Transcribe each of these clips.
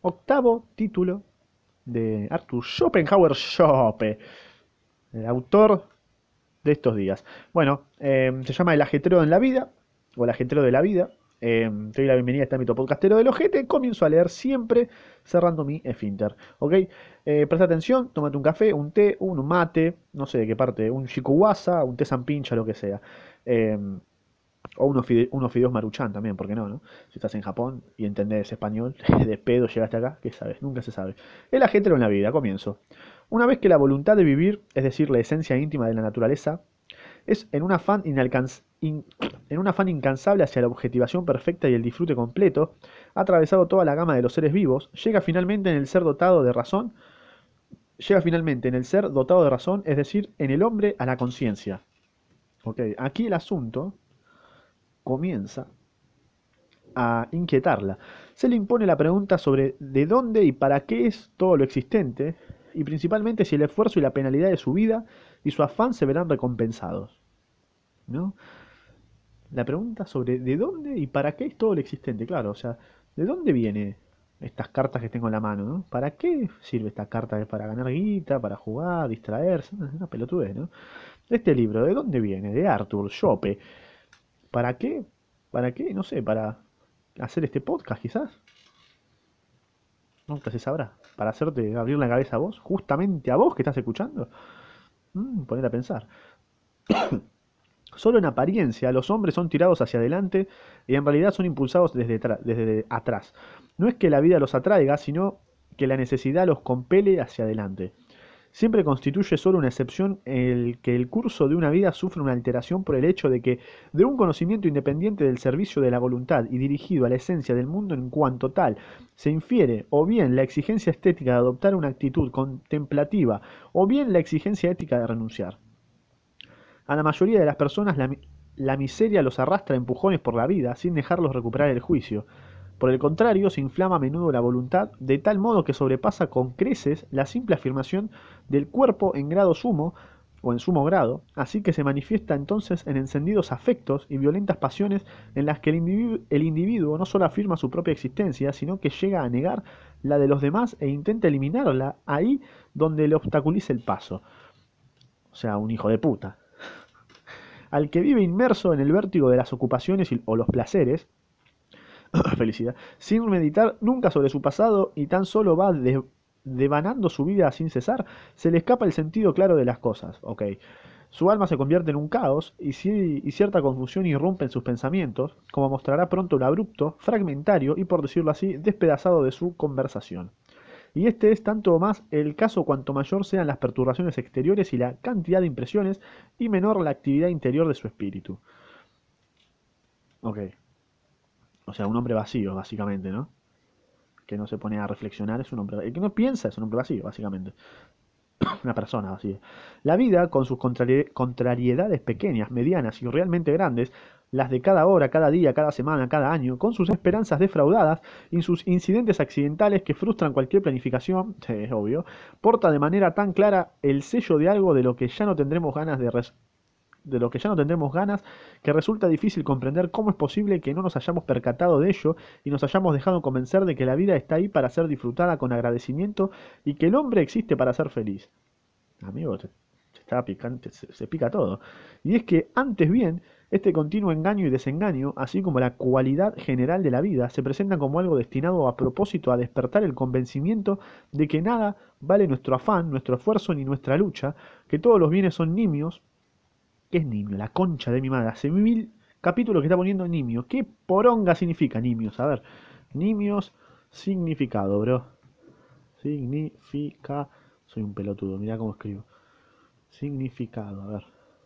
octavo título de Arthur Schopenhauer Schope, el autor de estos días. Bueno, se llama El ajetreo en la vida, o El ajetreo de la vida. Te doy la bienvenida a este ámbito podcastero del ojete. Comienzo a leer siempre cerrando mi esfínter. ¿Ok? Presta atención, tómate un café, un té, un mate, no sé de qué parte, un shikuwasa, un té pincha, lo que sea. Eh, o unos fideos maruchan también, ¿por qué no, no? Si estás en Japón y entendés español, de pedo llegaste acá, ¿qué sabes? Nunca se sabe. El ajetreo en la vida, comienzo. Una vez que la voluntad de vivir, es decir, la esencia íntima de la naturaleza, es en un afán incansable hacia la objetivación perfecta y el disfrute completo, ha atravesado toda la gama de los seres vivos, llega finalmente en el ser dotado de razón, es decir, en el hombre a la conciencia. Ok, aquí el asunto comienza a inquietarla. Se le impone la pregunta sobre de dónde y para qué es todo lo existente, y principalmente si el esfuerzo y la penalidad de su vida y su afán se verán recompensados. ¿No? La pregunta sobre de dónde y para qué es todo lo existente, claro, o sea, ¿de dónde vienen estas cartas que tengo en la mano, ¿no? ¿Para qué sirve esta carta? ¿Es para ganar guita, para jugar, distraerse? Una pelotudez, ¿no? Este libro, ¿de dónde viene? De Arthur Schope. ¿Para qué? ¿Para qué? No sé, para hacer este podcast quizás. Nunca se sabrá. Para hacerte abrir la cabeza a vos, justamente a vos que estás escuchando. Poner a pensar. Solo en apariencia, los hombres son tirados hacia adelante y en realidad son impulsados desde atrás. No es que la vida los atraiga, sino que la necesidad los compele hacia adelante. Siempre constituye solo una excepción el que el curso de una vida sufre una alteración por el hecho de que, de un conocimiento independiente del servicio de la voluntad y dirigido a la esencia del mundo en cuanto tal, se infiere o bien la exigencia estética de adoptar una actitud contemplativa o bien la exigencia ética de renunciar. A la mayoría de las personas la miseria los arrastra a empujones por la vida sin dejarlos recuperar el juicio. Por el contrario, se inflama a menudo la voluntad de tal modo que sobrepasa con creces la simple afirmación del cuerpo en grado sumo o en sumo grado, así que se manifiesta entonces en encendidos afectos y violentas pasiones en las que el individuo no solo afirma su propia existencia, sino que llega a negar la de los demás e intenta eliminarla ahí donde le obstaculiza el paso. O sea, un hijo de puta. Al que vive inmerso en el vértigo de las ocupaciones o los placeres, felicidad, sin meditar nunca sobre su pasado y tan solo va devanando su vida sin cesar, se le escapa el sentido claro de las cosas. Ok. Su alma se convierte en un caos y cierta confusión irrumpe en sus pensamientos, como mostrará pronto lo abrupto, fragmentario y, por decirlo así, despedazado de su conversación. Y este es tanto más el caso cuanto mayor sean las perturbaciones exteriores y la cantidad de impresiones, y menor la actividad interior de su espíritu. Ok. O sea, un hombre vacío, básicamente, ¿no? Que no se pone a reflexionar es un hombre. El que no piensa es un hombre vacío, básicamente. Una persona vacía. La vida, con sus contrariedades pequeñas, medianas y realmente grandes, las de cada hora, cada día, cada semana, cada año, con sus esperanzas defraudadas y sus incidentes accidentales que frustran cualquier planificación, es obvio, porta de manera tan clara el sello de algo de lo que ya no tendremos ganas, que resulta difícil comprender cómo es posible que no nos hayamos percatado de ello y nos hayamos dejado convencer de que la vida está ahí para ser disfrutada con agradecimiento y que el hombre existe para ser feliz. Amigo, se está picante, se pica todo. Y es que, antes bien, este continuo engaño y desengaño, así como la cualidad general de la vida, se presentan como algo destinado a propósito a despertar el convencimiento de que nada vale nuestro afán, nuestro esfuerzo ni nuestra lucha, que todos los bienes son nimios. ¿Qué es nimio? La concha de mi madre. Hace 1000 capítulos que está poniendo nimio. ¿Qué poronga significa nimios? A ver. Nimios, significado, bro. Significa. Soy un pelotudo, mirá cómo escribo. Significado, a ver.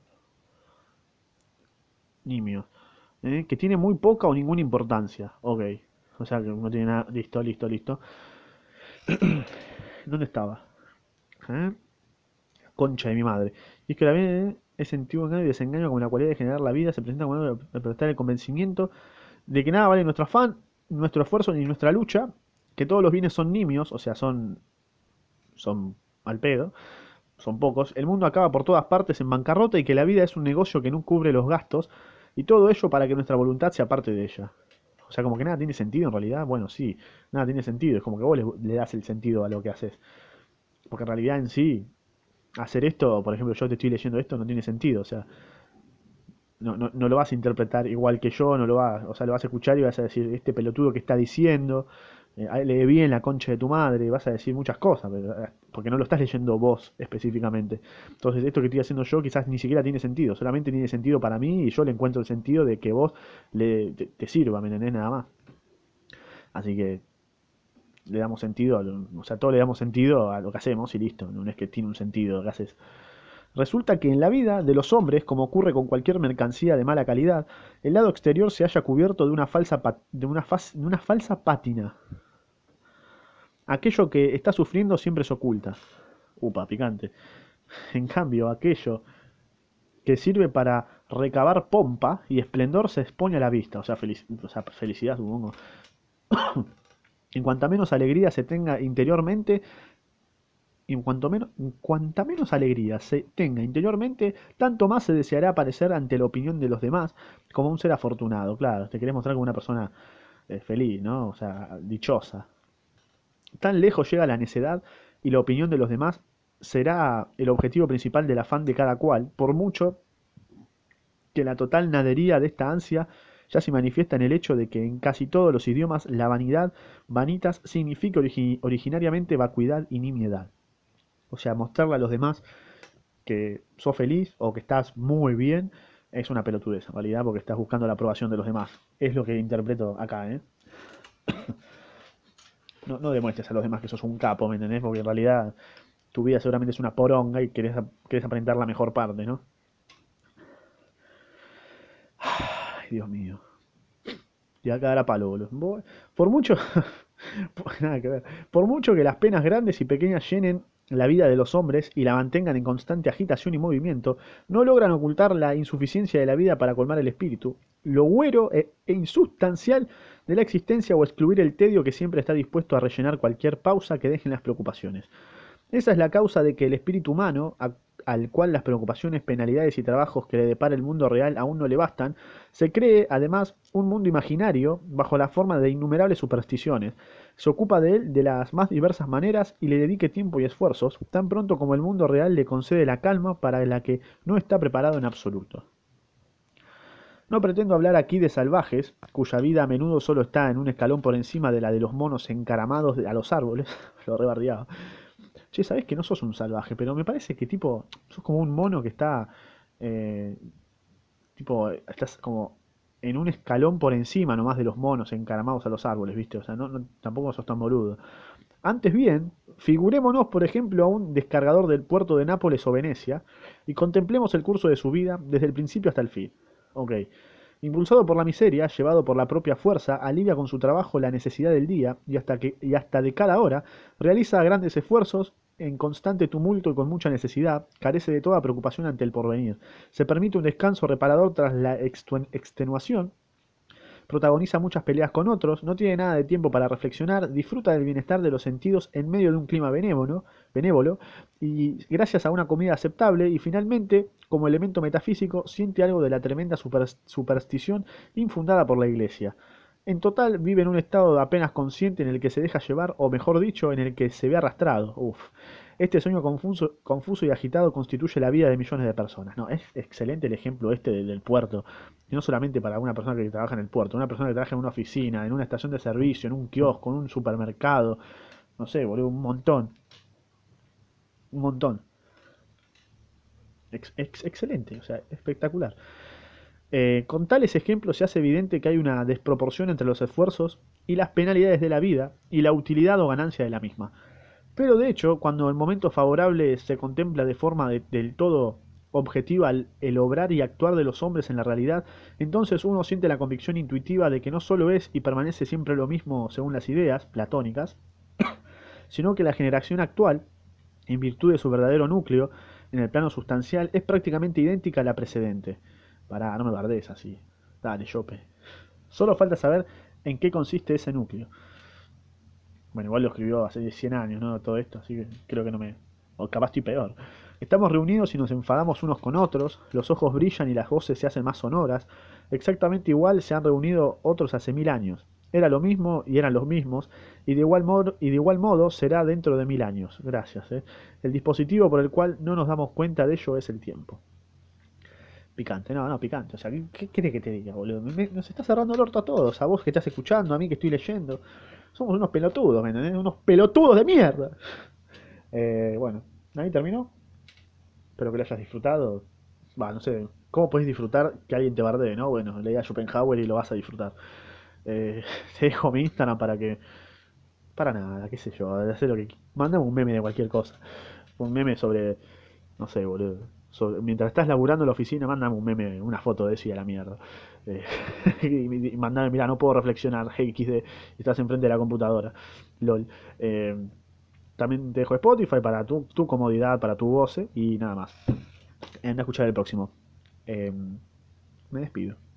Nimio. Que tiene muy poca o ninguna importancia. Ok. O sea que no tiene nada. Listo, listo, listo. ¿Dónde estaba? ¿Eh? Concha de mi madre. Y es que la vida es sentido engaño y desengaño como la cualidad de generar la vida se presenta como algo de despertar el convencimiento de que nada vale nuestro afán, nuestro esfuerzo ni nuestra lucha, que todos los bienes son nimios, o sea, son al pedo, son pocos, el mundo acaba por todas partes en bancarrota y que la vida es un negocio que no cubre los gastos, y todo ello para que nuestra voluntad sea parte de ella. O sea, como que nada tiene sentido en realidad. Bueno, sí, nada tiene sentido. Es como que vos le das el sentido a lo que haces. Porque en realidad en sí, hacer esto, por ejemplo, yo te estoy leyendo esto, no tiene sentido. O sea, no lo vas a interpretar igual que yo, no lo vas, o sea, lo vas a escuchar y vas a decir, este pelotudo que está diciendo, lee bien la concha de tu madre, vas a decir muchas cosas, porque no lo estás leyendo vos específicamente. Entonces, esto que estoy haciendo yo quizás ni siquiera tiene sentido, solamente tiene sentido para mí y yo le encuentro el sentido de que vos te sirva, ¿me entendés? Nada más. Así que le damos sentido, o sea, todos le damos sentido a lo que hacemos y listo, no es que tiene un sentido lo que haces. Resulta que en la vida de los hombres, como ocurre con cualquier mercancía de mala calidad, el lado exterior se halla cubierto de una falsa pátina. Aquello que está sufriendo siempre se oculta. Upa, picante. En cambio, aquello que sirve para recabar pompa y esplendor se expone a la vista, o sea, felicidad, supongo. En cuanta menos alegría se tenga interiormente, en cuanta menos alegría se tenga interiormente, tanto más se deseará aparecer ante la opinión de los demás como un ser afortunado. Claro, te querés mostrar como una persona feliz, ¿no? O sea, dichosa. Tan lejos llega la necedad y la opinión de los demás será el objetivo principal del afán de cada cual, por mucho que la total nadería de esta ansia ya se manifiesta en el hecho de que en casi todos los idiomas la vanidad, vanitas, significa originariamente vacuidad y nimiedad. O sea, mostrarle a los demás que sos feliz o que estás muy bien es una pelotudez en realidad porque estás buscando la aprobación de los demás. Es lo que interpreto acá, ¿eh? No demuestres a los demás que sos un capo, ¿me entendés? Porque en realidad tu vida seguramente es una poronga y querés aprender la mejor parte, ¿no? Ay, Dios mío. Y acá a palo, boludo. Por mucho, nada que ver. Por mucho que las penas grandes y pequeñas llenen la vida de los hombres y la mantengan en constante agitación y movimiento, no logran ocultar la insuficiencia de la vida para colmar el espíritu, lo güero e insustancial de la existencia o excluir el tedio que siempre está dispuesto a rellenar cualquier pausa que dejen las preocupaciones. Esa es la causa de que el espíritu humano, al cual las preocupaciones, penalidades y trabajos que le depara el mundo real aún no le bastan, se cree, además, un mundo imaginario bajo la forma de innumerables supersticiones, se ocupa de él de las más diversas maneras y le dedique tiempo y esfuerzos, tan pronto como el mundo real le concede la calma para la que no está preparado en absoluto. No pretendo hablar aquí de salvajes, cuya vida a menudo solo está en un escalón por encima de la de los monos encaramados a los árboles, lo rebardeado. Che, sabés que no sos un salvaje, pero me parece que tipo, sos como un mono que está, eh, tipo, estás como en un escalón por encima nomás de los monos encaramados a los árboles, ¿viste? O sea, tampoco sos tan boludo. Antes bien, figurémonos, por ejemplo, a un descargador del puerto de Nápoles o Venecia y contemplemos el curso de su vida desde el principio hasta el fin. Ok. Impulsado por la miseria, llevado por la propia fuerza, alivia con su trabajo la necesidad del día y hasta de cada hora realiza grandes esfuerzos en constante tumulto y con mucha necesidad, carece de toda preocupación ante el porvenir. Se permite un descanso reparador tras la extenuación, protagoniza muchas peleas con otros, no tiene nada de tiempo para reflexionar, disfruta del bienestar de los sentidos en medio de un clima benévolo y gracias a una comida aceptable y finalmente, como elemento metafísico, siente algo de la tremenda superstición infundada por la Iglesia. En total, vive en un estado apenas consciente en el que se deja llevar, o mejor dicho, en el que se ve arrastrado. Uf. Este sueño confuso y agitado constituye la vida de millones de personas. No, es excelente el ejemplo este del puerto. Y no solamente para una persona que trabaja en el puerto, una persona que trabaja en una oficina, en una estación de servicio, en un kiosco, en un supermercado. No sé, boludo, un montón. Un montón. Excelente, o sea, espectacular. Con tales ejemplos se hace evidente que hay una desproporción entre los esfuerzos y las penalidades de la vida y la utilidad o ganancia de la misma. Pero de hecho, cuando el momento favorable se contempla de forma del todo objetiva el obrar y actuar de los hombres en la realidad, entonces uno siente la convicción intuitiva de que no solo es y permanece siempre lo mismo según las ideas platónicas, sino que la generación actual, en virtud de su verdadero núcleo, en el plano sustancial, es prácticamente idéntica a la precedente. Pará, no me bardees así. Dale, Jope. Solo falta saber en qué consiste ese núcleo. Bueno, igual lo escribió hace 100 años, ¿no? Todo esto, así que creo que no me... O capaz estoy peor. Estamos reunidos y nos enfadamos unos con otros, los ojos brillan y las voces se hacen más sonoras, Exactamente igual se han reunido otros hace 1000 años. Era lo mismo y eran los mismos, y de igual modo será dentro de 1000 años. Gracias, ¿eh? El dispositivo por el cual no nos damos cuenta de ello es el tiempo. Picante, no, no, picante. O sea, ¿qué querés que te diga, boludo? Nos está cerrando el orto a todos, a vos que estás escuchando, a mí que estoy leyendo. Somos unos pelotudos, ¿me entendés? Unos pelotudos de mierda. Bueno, ahí terminó. Espero que lo hayas disfrutado. Va, no sé, ¿cómo podés disfrutar que alguien te bardee, no? Bueno, leí a Schopenhauer y lo vas a disfrutar. Eh, Te dejo mi Instagram para que... Para nada, qué sé yo, hacer lo que... Mandame un meme de cualquier cosa. Un meme sobre... No sé, boludo. Mientras estás laburando en la oficina, mándame un meme, una foto de eso y a la mierda. Eh, y mandame, mira, no puedo reflexionar, XD, estás enfrente de la computadora. LOL. Eh, También te dejo Spotify para tu comodidad, para tu voz, y nada más. Anda a escuchar el próximo. Me despido.